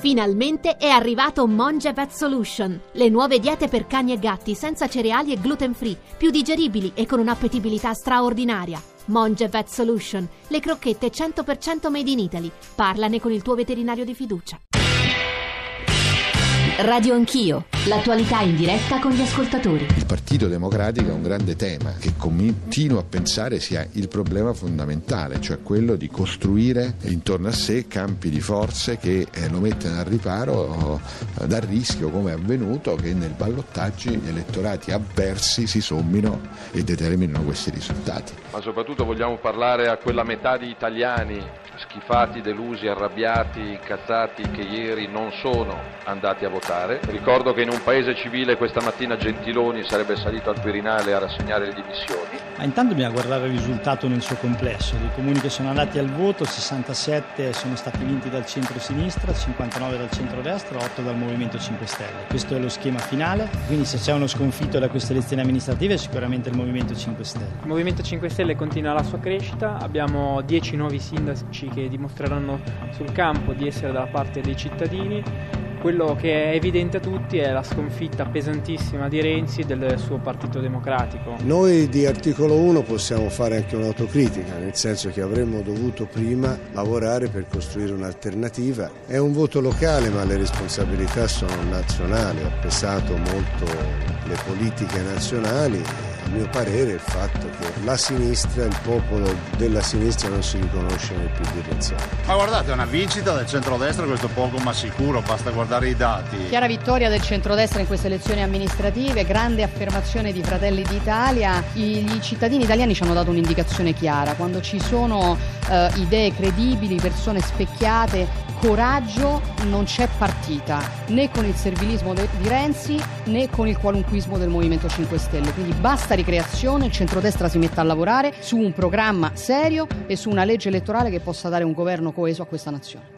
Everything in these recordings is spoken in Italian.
Finalmente è arrivato Monge Vet Solution, le nuove diete per cani e gatti senza cereali e gluten free, più digeribili e con un'appetibilità straordinaria. Monge Vet Solution, le crocchette 100% made in Italy. Parlane con il tuo veterinario di fiducia. Radio Anch'io, l'attualità in diretta con gli ascoltatori. Il Partito Democratico è un grande tema che continuo a pensare sia il problema fondamentale, cioè quello di costruire intorno a sé campi di forze che lo mettano al riparo dal rischio, come è avvenuto, che nel ballottaggio gli elettorati avversi si sommino e determinino questi risultati. Ma soprattutto vogliamo parlare a quella metà di italiani schifati, delusi, arrabbiati, incazzati, che ieri non sono andati a votare. Ricordo che in un paese civile questa mattina Gentiloni sarebbe salito al Quirinale a rassegnare le dimissioni. Ma intanto bisogna guardare il risultato nel suo complesso. Dei comuni che sono andati al voto, 67 sono stati vinti dal centro-sinistra, 59 dal centro-destra, 8 dal Movimento 5 Stelle. Questo è lo schema finale, quindi se c'è uno sconfitto da queste elezioni amministrative è sicuramente il Movimento 5 Stelle. Il Movimento 5 Stelle continua la sua crescita, abbiamo 10 nuovi sindaci che dimostreranno sul campo di essere dalla parte dei cittadini. Quello che è evidente a tutti è la sconfitta pesantissima di Renzi e del suo Partito Democratico. Noi di Articolo 1 possiamo fare anche un'autocritica, nel senso che avremmo dovuto prima lavorare per costruire un'alternativa. È un voto locale, ma le responsabilità sono nazionali, ha pesato molto le politiche nazionali. A mio parere il fatto che la sinistra, il popolo della sinistra non si riconosce nel PD Renziano. Ma guardate, è una vincita del centrodestra, questo poco ma sicuro, basta guardare i dati. Chiara vittoria del centrodestra in queste elezioni amministrative, grande affermazione di Fratelli d'Italia. I cittadini italiani ci hanno dato un'indicazione chiara: quando ci sono idee credibili, persone specchiate, coraggio, non c'è partita, né con il servilismo di Renzi né con il qualunquismo del Movimento 5 Stelle. Quindi basta ricreazione, il centrodestra si metta a lavorare su un programma serio e su una legge elettorale che possa dare un governo coeso a questa nazione.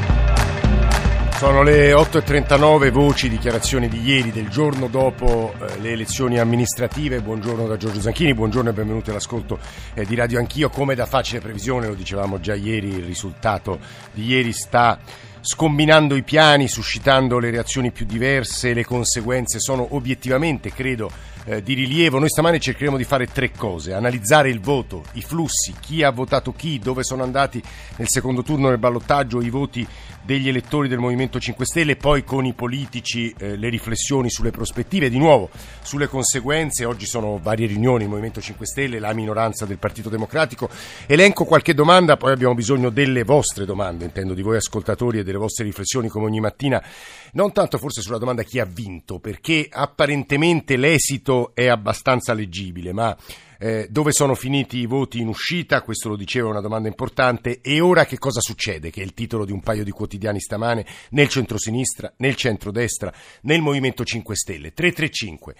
Sono le 8.39, voci, dichiarazioni di ieri, del giorno dopo le elezioni amministrative. Buongiorno da Giorgio Zanchini, buongiorno e benvenuti all'ascolto di Radio Anch'io. Come da facile previsione, lo dicevamo già ieri, il risultato di ieri sta scombinando i piani, suscitando le reazioni più diverse. Le conseguenze sono obiettivamente, credo, di rilievo. Noi stamane cercheremo di fare tre cose: analizzare il voto, i flussi, chi ha votato chi, dove sono andati nel secondo turno del ballottaggio i voti degli elettori del Movimento 5 Stelle, poi con i politici le riflessioni sulle prospettive, di nuovo sulle conseguenze. Oggi sono varie riunioni, il Movimento 5 Stelle, la minoranza del Partito Democratico. Elenco qualche domanda, poi abbiamo bisogno delle vostre domande, intendo di voi ascoltatori, e delle vostre riflessioni come ogni mattina. Non tanto forse sulla domanda chi ha vinto, perché apparentemente l'esito è abbastanza leggibile, ma dove sono finiti i voti in uscita? Questo lo diceva, una domanda importante. E ora che cosa succede? Che è il titolo di un paio di quotidiani stamane, nel centrosinistra, nel centrodestra, nel Movimento 5 Stelle. 335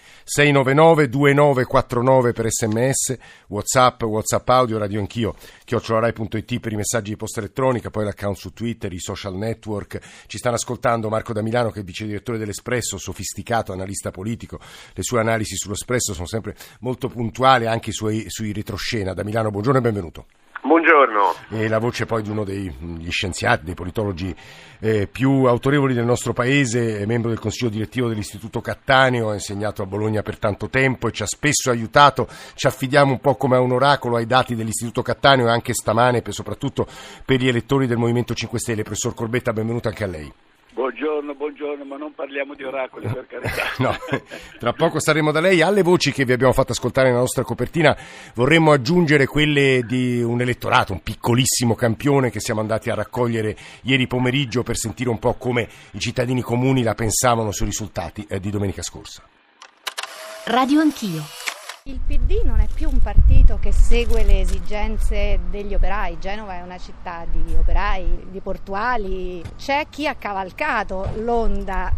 699 2949 per sms, whatsapp audio, Radio Anch'io @rai.it per i messaggi di posta elettronica, poi l'account su Twitter, i social network. Ci stanno ascoltando Marco da Milano, che è vice direttore dell'Espresso, sofisticato analista politico. Le sue analisi sull'Espresso sono sempre molto puntuali, anche sui retroscena. Da Milano, buongiorno e benvenuto. Buongiorno. E la voce poi di uno degli scienziati, dei politologi più autorevoli del nostro paese, è membro del consiglio direttivo dell'Istituto Cattaneo, ha insegnato a Bologna per tanto tempo e ci ha spesso aiutato. Ci affidiamo un po' come a un oracolo ai dati dell'Istituto Cattaneo, e anche stamane, soprattutto per gli elettori del Movimento 5 Stelle. Professor Corbetta, benvenuto anche a lei. Buongiorno, ma non parliamo di oracoli, per carità. No, tra poco staremo da lei. Alle voci che vi abbiamo fatto ascoltare nella nostra copertina vorremmo aggiungere quelle di un elettorato, un piccolissimo campione che siamo andati a raccogliere ieri pomeriggio per sentire un po' come i cittadini comuni la pensavano sui risultati di domenica scorsa. Radio Anch'io. Il PD non è più un partito che segue le esigenze degli operai. Genova è una città di operai, di portuali. C'è chi ha cavalcato l'onda,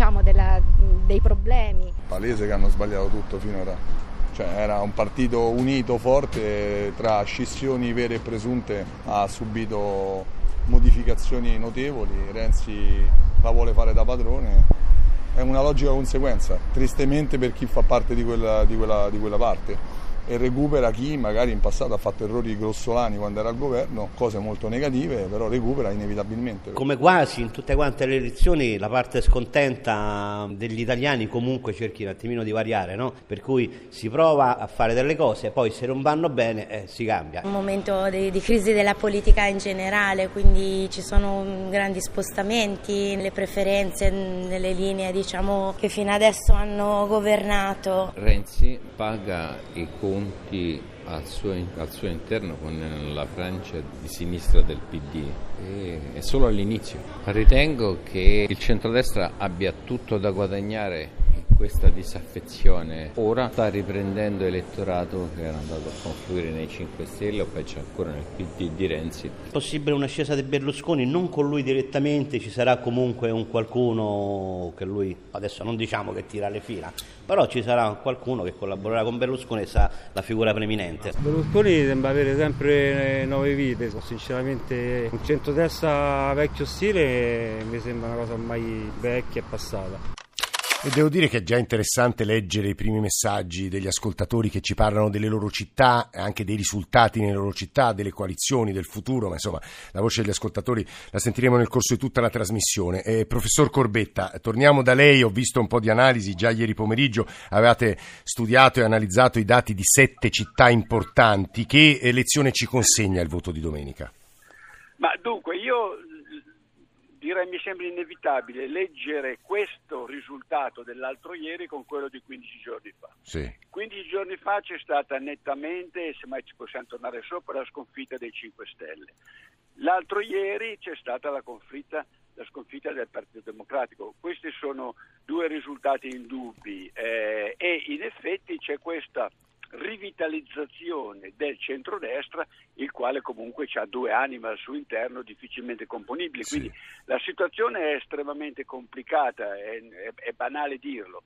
dei problemi. Palese che hanno sbagliato tutto finora. Era un partito unito, forte, tra scissioni vere e presunte ha subito modificazioni notevoli. Renzi la vuole fare da padrone. È una logica conseguenza, tristemente per chi fa parte di quella parte. e recupera chi magari in passato ha fatto errori grossolani quando era al governo, cose molto negative, però recupera inevitabilmente. Come quasi in tutte quante le elezioni la parte scontenta degli italiani comunque cerchi un attimino di variare, no? Per cui si prova a fare delle cose, poi se non vanno bene si cambia. Un momento di crisi della politica in generale, quindi ci sono grandi spostamenti, le preferenze nelle linee diciamo che fino adesso hanno governato. Renzi paga i conti al suo interno con la Francia di sinistra del PD e è solo all'inizio. Ritengo che il centrodestra abbia tutto da guadagnare in questa disaffezione. Ora sta riprendendo elettorato che era andato a confluire nei 5 Stelle o peggio ancora nel PD di Renzi. È possibile un'ascesa di Berlusconi, non con lui direttamente, ci sarà comunque un qualcuno che lui, adesso non diciamo che tira le fila, però ci sarà qualcuno che collaborerà con Berlusconi e sarà la figura preeminente. Berlusconi sembra avere sempre 9 vite, sinceramente un centrodestra vecchio stile mi sembra una cosa ormai vecchia e passata. E devo dire che è già interessante leggere i primi messaggi degli ascoltatori che ci parlano delle loro città, anche dei risultati nelle loro città, delle coalizioni, del futuro, ma insomma la voce degli ascoltatori la sentiremo nel corso di tutta la trasmissione. Professor Corbetta, torniamo da lei, ho visto un po' di analisi, già ieri pomeriggio avevate studiato e analizzato i dati di 7 città importanti. Che lezione ci consegna il voto di domenica? Ma dunque io direi mi sembra inevitabile leggere questo risultato dell'altro ieri con quello di 15 giorni fa. Sì. 15 giorni fa c'è stata nettamente, semmai ci possiamo tornare sopra, la sconfitta dei 5 Stelle. L'altro ieri c'è stata la sconfitta del Partito Democratico. Questi sono due risultati indubbi e in effetti c'è questa rivitalizzazione del centrodestra, il quale comunque ha due anime al suo interno difficilmente componibili, quindi la situazione è estremamente complicata, è banale dirlo.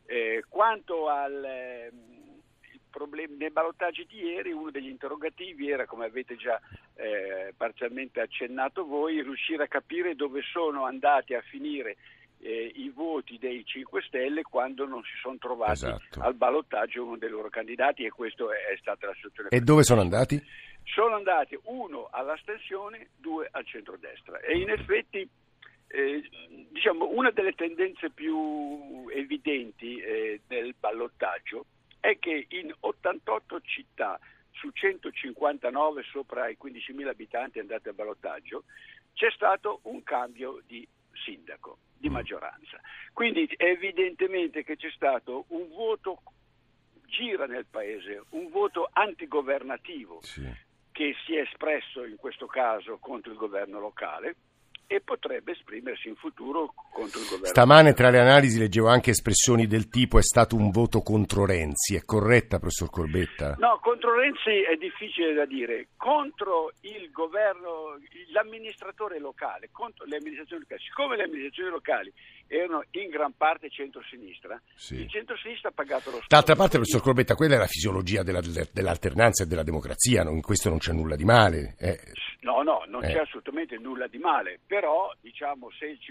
Quanto al problema nei ballottaggi di ieri, uno degli interrogativi era, come avete già parzialmente accennato voi, riuscire a capire dove sono andati a finire i voti dei 5 Stelle quando non si sono trovati al ballottaggio uno dei loro candidati, e questa è stata la situazione. E dove sono andati? Sono andati 1 all'astensione, 2 al centrodestra, e in effetti diciamo una delle tendenze più evidenti del ballottaggio è che in 88 città su 159 sopra i 15.000 abitanti andati al ballottaggio c'è stato un cambio di sindaco, di maggioranza. Quindi evidentemente che c'è stato un voto, gira nel paese, un voto antigovernativo che si è espresso in questo caso contro il governo locale e potrebbe esprimersi in futuro contro il governo. Stamane tra le analisi leggevo anche espressioni del tipo è stato un voto contro Renzi. È corretta, professor Corbetta? No, contro Renzi è difficile da dire. Contro il governo, l'amministratore locale, contro le amministrazioni locali. Siccome le amministrazioni locali erano in gran parte centrosinistra, il centrosinistra ha pagato lo Stato. D'altra parte, professor Corbetta, quella è la fisiologia dell'alternanza e della democrazia, in questo non c'è nulla di male. No, non c'è assolutamente nulla di male, però diciamo se il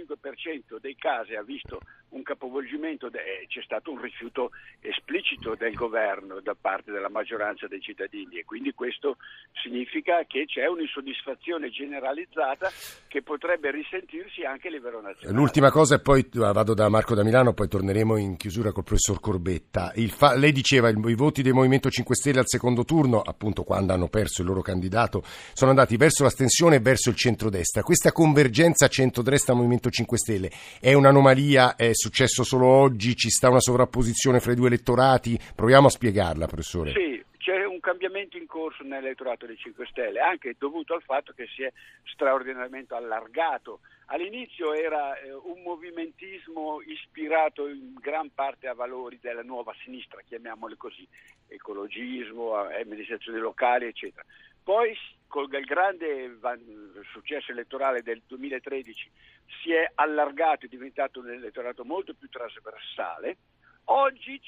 55% dei casi ha visto un capovolgimento, c'è stato un rifiuto esplicito del governo da parte della maggioranza dei cittadini, e quindi questo significa che c'è un'insoddisfazione generalizzata che potrebbe risentirsi anche a livello nazionale. L'ultima cosa, e poi vado da Marco da Milano, poi torneremo in chiusura col professor Corbetta. Lei diceva i voti del Movimento 5 Stelle al secondo turno, appunto quando hanno perso il loro candidato, sono andati verso l'astensione e verso il centrodestra. Questa convergenza centrodestra-Movimento 5 Stelle è un'anomalia? È successo solo oggi? Ci sta una sovrapposizione fra i due elettorati? Proviamo a spiegarla, professore. Sì, c'è un cambiamento in corso nell'elettorato dei 5 Stelle, anche dovuto al fatto che si è straordinariamente allargato. All'inizio era un movimentismo ispirato in gran parte a valori della nuova sinistra, chiamiamole così, ecologismo, amministrazioni locali, eccetera. Poi col grande successo elettorale del 2013 si è allargato, è diventato un elettorato molto più trasversale. Oggi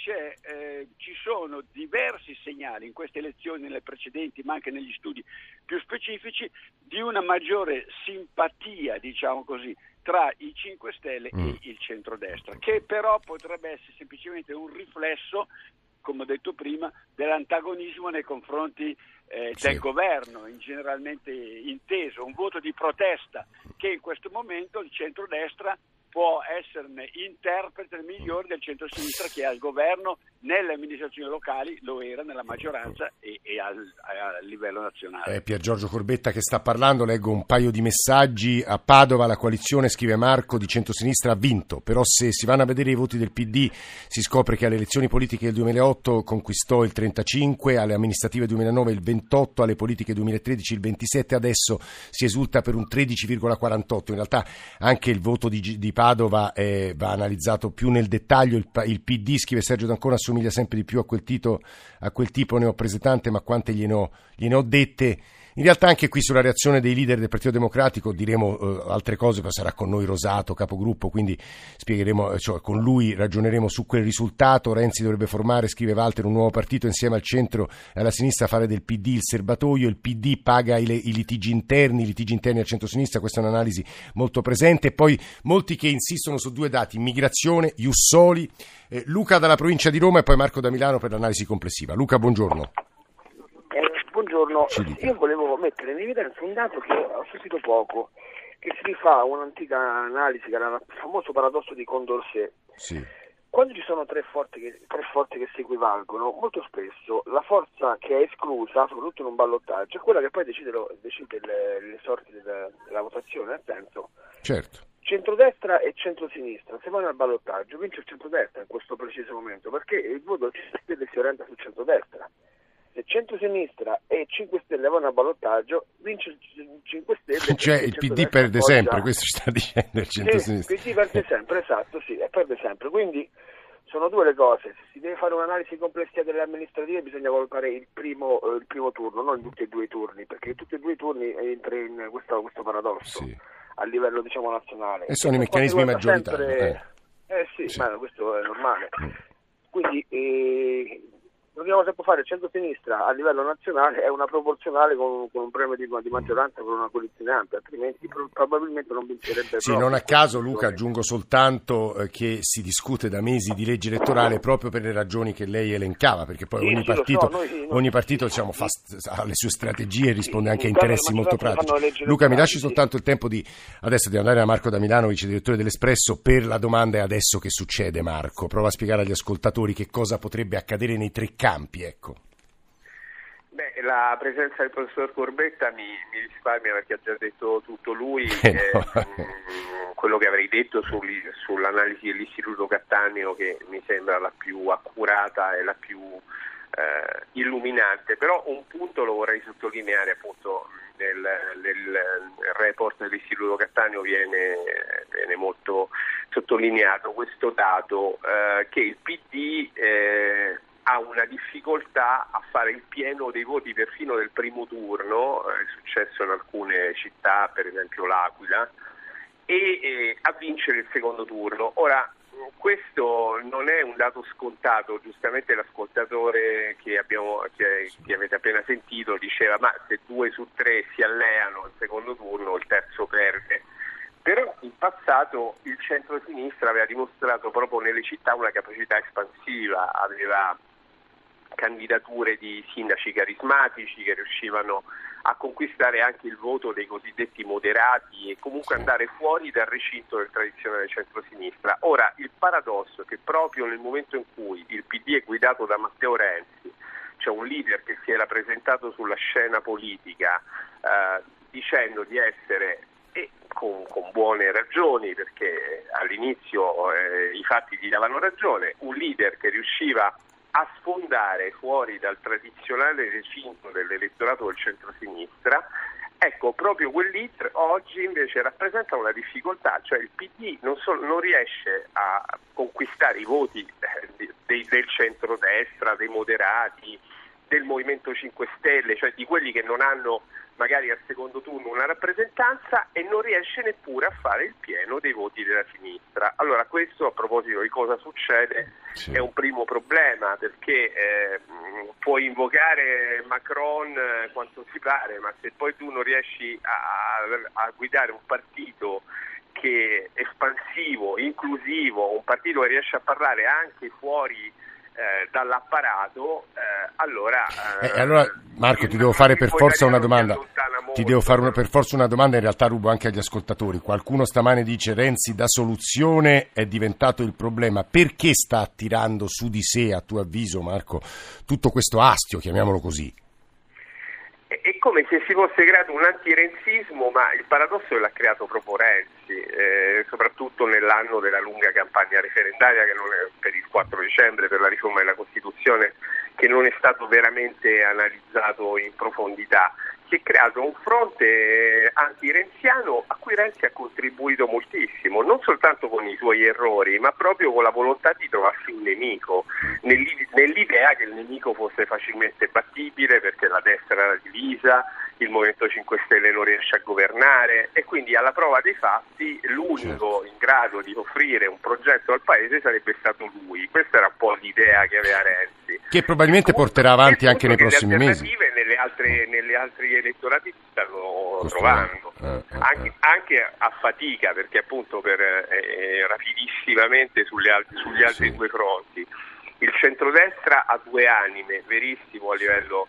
ci sono diversi segnali in queste elezioni, nelle precedenti, ma anche negli studi più specifici, di una maggiore simpatia, diciamo così, tra i 5 Stelle e il centrodestra, che però potrebbe essere semplicemente un riflesso come ho detto prima, dell'antagonismo nei confronti del governo, generalmente inteso, un voto di protesta che in questo momento il centrodestra può esserne interprete migliore del centro-sinistra, che al governo, nelle amministrazioni locali, lo era nella maggioranza e a livello nazionale. Pier Giorgio Corbetta che sta parlando, leggo un paio di messaggi. A Padova la coalizione, scrive Marco, di centro-sinistra ha vinto, però se si vanno a vedere i voti del PD si scopre che alle elezioni politiche del 2008 conquistò il 35, alle amministrative 2009 il 28, alle politiche 2013 il 27, adesso si esulta per un 13,48. In realtà anche il voto di Padova va analizzato più nel dettaglio. Il PD, scrive Sergio D'Ancona, assomiglia sempre di più a quel tipo ne ho prese tante, ma quante gliene ho dette. In realtà anche qui sulla reazione dei leader del Partito Democratico diremo altre cose, poi sarà con noi Rosato, capogruppo, quindi spiegheremo, con lui ragioneremo su quel risultato. Renzi dovrebbe formare, scrive Walter, un nuovo partito insieme al centro e alla sinistra, fare del PD il serbatoio. Il PD paga i litigi interni al centro-sinistra, questa è un'analisi molto presente. E poi molti che insistono su due dati: immigrazione, ius soli. Luca dalla provincia di Roma e poi Marco da Milano per l'analisi complessiva. Luca, buongiorno. Buongiorno, io volevo mettere in evidenza un dato che ho sentito poco, che si rifà a un'antica analisi che era il famoso paradosso di Condorcet. Sì. Quando ci sono tre forze che si equivalgono, molto spesso la forza che è esclusa, soprattutto in un ballottaggio, è quella che poi decide le sorti della votazione, nel senso, certo, centrodestra e centrosinistra, se vanno al ballottaggio vince il centrodestra in questo preciso momento, perché il voto del 5 Stelle si orienta sul centrodestra. Se centrosinistra e 5 Stelle vanno a ballottaggio, vince il 5 Stelle. Cioè il PD perde sempre, questo ci sta dicendo il centrosinistra. Sì, il PD perde sempre, esatto, sì, e perde sempre. Quindi sono due le cose. Se si deve fare un'analisi complessiva delle amministrative bisogna valutare il primo turno, non tutti e due i turni, perché tutti e due i turni entra in questo paradosso a livello, diciamo, nazionale. E sono i meccanismi maggioritari. Sì, ma questo è normale. Quindi dobbiamo sempre fare il centro-sinistra a livello nazionale è una proporzionale con un premio di maggioranza con una coalizione ampia, altrimenti probabilmente non vincerebbe. Sì, non a caso, Luca, aggiungo soltanto che si discute da mesi di legge elettorale proprio per le ragioni che lei elencava, perché poi ogni partito diciamo, ha le sue strategie e risponde anche a interessi molto pratici. Luca, mi lasci soltanto il tempo adesso di andare da Marco da Milano, vice direttore dell'Espresso, per la domanda: e adesso che succede, Marco? Prova a spiegare agli ascoltatori che cosa potrebbe accadere nei tre campi, ecco. Beh, la presenza del professor Corbetta mi risparmia, perché ha già detto tutto lui. Quello che avrei detto sull'analisi dell'Istituto Cattaneo, che mi sembra la più accurata e la più illuminante, però un punto lo vorrei sottolineare, appunto nel report dell'Istituto Cattaneo viene molto sottolineato questo dato, che il PD ha una difficoltà a fare il pieno dei voti perfino del primo turno, è successo in alcune città, per esempio l'Aquila, e a vincere il secondo turno. Ora, questo non è un dato scontato, giustamente l'ascoltatore che avete appena sentito diceva: ma se 2 su 3 si alleano al secondo turno il terzo perde. Però in passato il centro-sinistra aveva dimostrato proprio nelle città una capacità espansiva, aveva candidature di sindaci carismatici che riuscivano a conquistare anche il voto dei cosiddetti moderati e comunque andare fuori dal recinto del tradizionale centro-sinistra. Ora, il paradosso è che proprio nel momento in cui il PD è guidato da Matteo Renzi, c'è un leader che si era presentato sulla scena politica dicendo di essere, e con buone ragioni, perché all'inizio i fatti gli davano ragione, un leader che riusciva a sfondare fuori dal tradizionale recinto dell'elettorato del centro-sinistra. Ecco, proprio quel leader oggi invece rappresenta una difficoltà, cioè il PD non riesce a conquistare i voti del centrodestra, dei moderati, del Movimento 5 Stelle, cioè di quelli che non hanno magari al secondo turno una rappresentanza, e non riesce neppure a fare il pieno dei voti della sinistra. Allora, questo, a proposito di cosa succede, è un primo problema, perché puoi invocare Macron quanto ti pare, ma se poi tu non riesci a guidare un partito che è espansivo, inclusivo, un partito che riesce a parlare anche fuori dall'apparato, allora Marco, ti devo fare per forza una domanda. Ti devo fare per forza una domanda, in realtà rubo anche agli ascoltatori. Qualcuno stamane dice Renzi da soluzione è diventato il problema. Perché sta attirando su di sé, a tuo avviso, Marco, tutto questo astio, chiamiamolo così? È come se si fosse creato un antirenzismo, ma il paradosso è che l'ha creato proprio Renzi, soprattutto nell'anno della lunga campagna referendaria che non è per il 4 dicembre per la riforma della Costituzione, che non è stato veramente analizzato in profondità. Si è creato un fronte antirenziano a cui Renzi ha contribuito moltissimo, non soltanto con i suoi errori, ma proprio con la volontà di trovarsi un nemico, nell'idea che il nemico fosse facilmente battibile perché la destra era divisa, il Movimento 5 Stelle non riesce a governare e quindi alla prova dei fatti l'unico in grado di offrire un progetto al Paese sarebbe stato lui. Questa era un po' l'idea che aveva Renzi. Che probabilmente porterà avanti anche nei prossimi mesi. Nelle altri elettorati si stanno trovando, anche a fatica, perché appunto rapidissimamente sugli altri due fronti. Il centrodestra ha due anime, verissimo a livello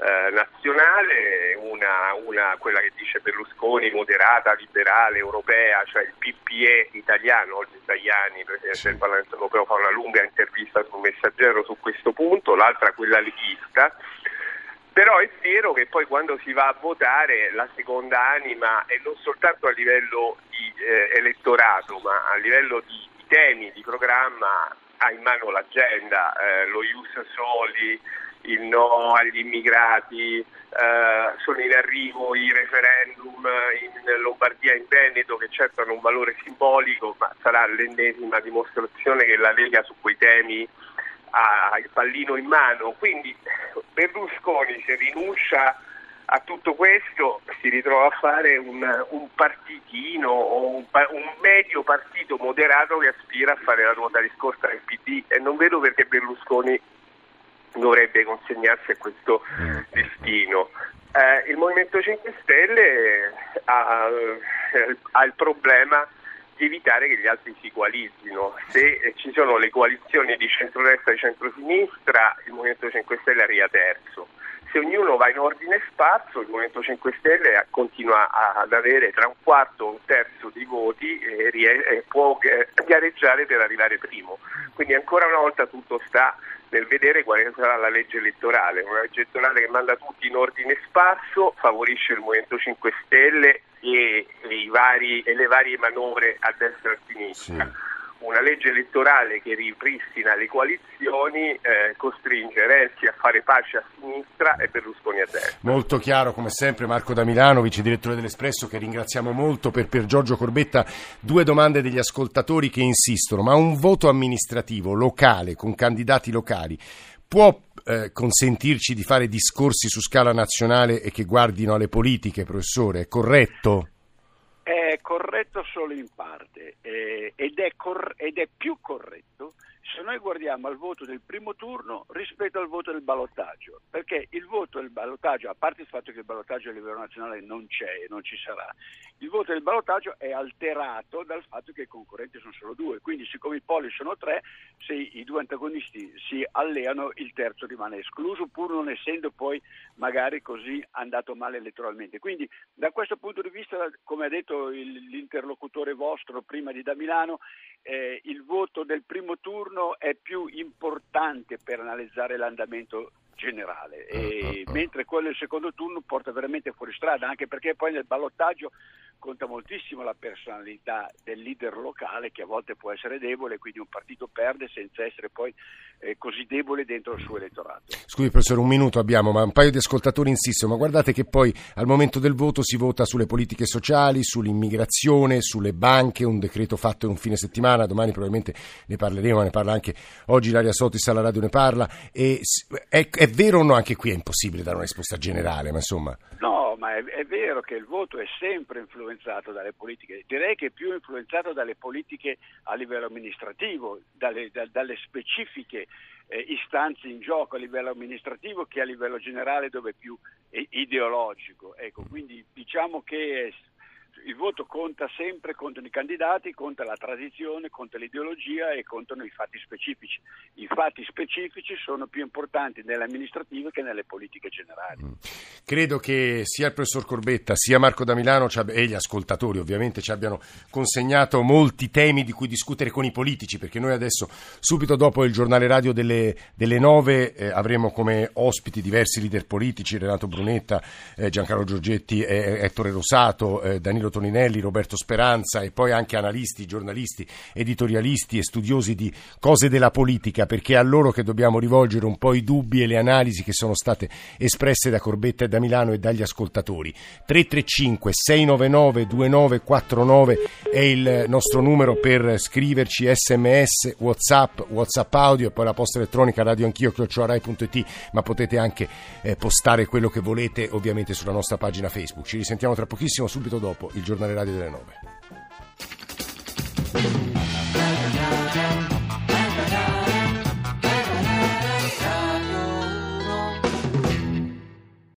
nazionale, una quella che dice Berlusconi, moderata, liberale, europea, cioè il PPE italiano. Oggi Tajani, Presidente del Parlamento Europeo, fa una lunga intervista sul Messaggero su questo punto, l'altra quella leghista. Però è vero che poi quando si va a votare la seconda anima, e non soltanto a livello di elettorato, ma a livello di temi, di programma, ha in mano l'agenda, lo ius soli, il no agli immigrati, sono in arrivo i referendum in Lombardia e in Veneto, che certo hanno un valore simbolico, ma sarà l'ennesima dimostrazione che la Lega su quei temi ha il pallino in mano. Quindi Berlusconi, se rinuncia a tutto questo, si ritrova a fare un partitino o un medio partito moderato che aspira a fare la ruota di scorta del PD, e non vedo perché Berlusconi dovrebbe consegnarsi a questo destino. Il Movimento 5 Stelle ha il problema di evitare che gli altri si coalizzino. Se ci sono le coalizioni di centrodestra e centrosinistra, il Movimento 5 Stelle arriva terzo. Se ognuno va in ordine sparso, il Movimento 5 Stelle continua ad avere tra un quarto e un terzo di voti e può gareggiare per arrivare primo. Quindi ancora una volta tutto sta nel vedere quale sarà la legge elettorale. Una legge elettorale che manda tutti in ordine sparso favorisce il Movimento 5 Stelle e le varie manovre a destra e a sinistra. Sì. Una legge elettorale che ripristina le coalizioni costringe Renzi a fare pace a sinistra e Berlusconi a destra. Molto chiaro come sempre. Marco da Milano, vice direttore dell'Espresso, che ringraziamo molto. Per Giorgio Corbetta, due domande degli ascoltatori che insistono: ma un voto amministrativo locale con candidati locali può consentirci di fare discorsi su scala nazionale e che guardino alle politiche, professore? È corretto? È corretto solo in parte ed è più corretto se noi guardiamo al voto del primo turno rispetto al voto del ballottaggio, perché il voto del ballottaggio, a parte il fatto che il ballottaggio a livello nazionale non c'è e non ci sarà, il voto del ballottaggio è alterato dal fatto che i concorrenti sono solo due, quindi siccome i poli sono tre, se i due antagonisti si alleano il terzo rimane escluso, pur non essendo poi magari così andato male elettoralmente. Quindi da questo punto di vista, come ha detto l'interlocutore vostro prima di da Milano, il voto del primo turno è più importante per analizzare l'andamento generale, mentre quello del secondo turno porta veramente fuori strada, anche perché poi nel ballottaggio conta moltissimo la personalità del leader locale, che a volte può essere debole, quindi un partito perde senza essere poi così debole dentro il suo elettorato. Scusi professore, un minuto abbiamo, ma un paio di ascoltatori insistono: ma guardate che poi al momento del voto si vota sulle politiche sociali, sull'immigrazione, sulle banche, un decreto fatto in un fine settimana, domani probabilmente ne parleremo, ne parla anche oggi Ilaria Sotis alla radio, ne parla, e è vero o no? Anche qui è impossibile dare una risposta generale, ma insomma... No, ma è vero che il voto è sempre influenzato dalle politiche, direi che è più influenzato dalle politiche a livello amministrativo, dalle specifiche istanze in gioco a livello amministrativo che a livello generale, dove è più ideologico. Ecco, quindi diciamo che Il voto conta sempre, contano i candidati, conta la tradizione, conta l'ideologia e contano i fatti specifici. I fatti specifici sono più importanti nelle amministrative che nelle politiche generali. Credo che sia il professor Corbetta sia Marco da Milano e gli ascoltatori ovviamente ci abbiano consegnato molti temi di cui discutere con i politici, perché noi adesso, subito dopo il giornale radio delle 9, avremo come ospiti diversi leader politici: Renato Brunetta, Giancarlo Giorgetti, Ettore Rosato, Danilo Toninelli, Roberto Speranza, e poi anche analisti, giornalisti, editorialisti e studiosi di cose della politica, perché è a loro che dobbiamo rivolgere un po' i dubbi e le analisi che sono state espresse da Corbetta e da Milano e dagli ascoltatori. 335 699 2949 è il nostro numero per scriverci SMS, WhatsApp audio, e poi la posta elettronica radioanchio@rai.it, ma potete anche postare quello che volete ovviamente sulla nostra pagina Facebook. Ci risentiamo tra pochissimo, subito dopo il giornale radio delle 9.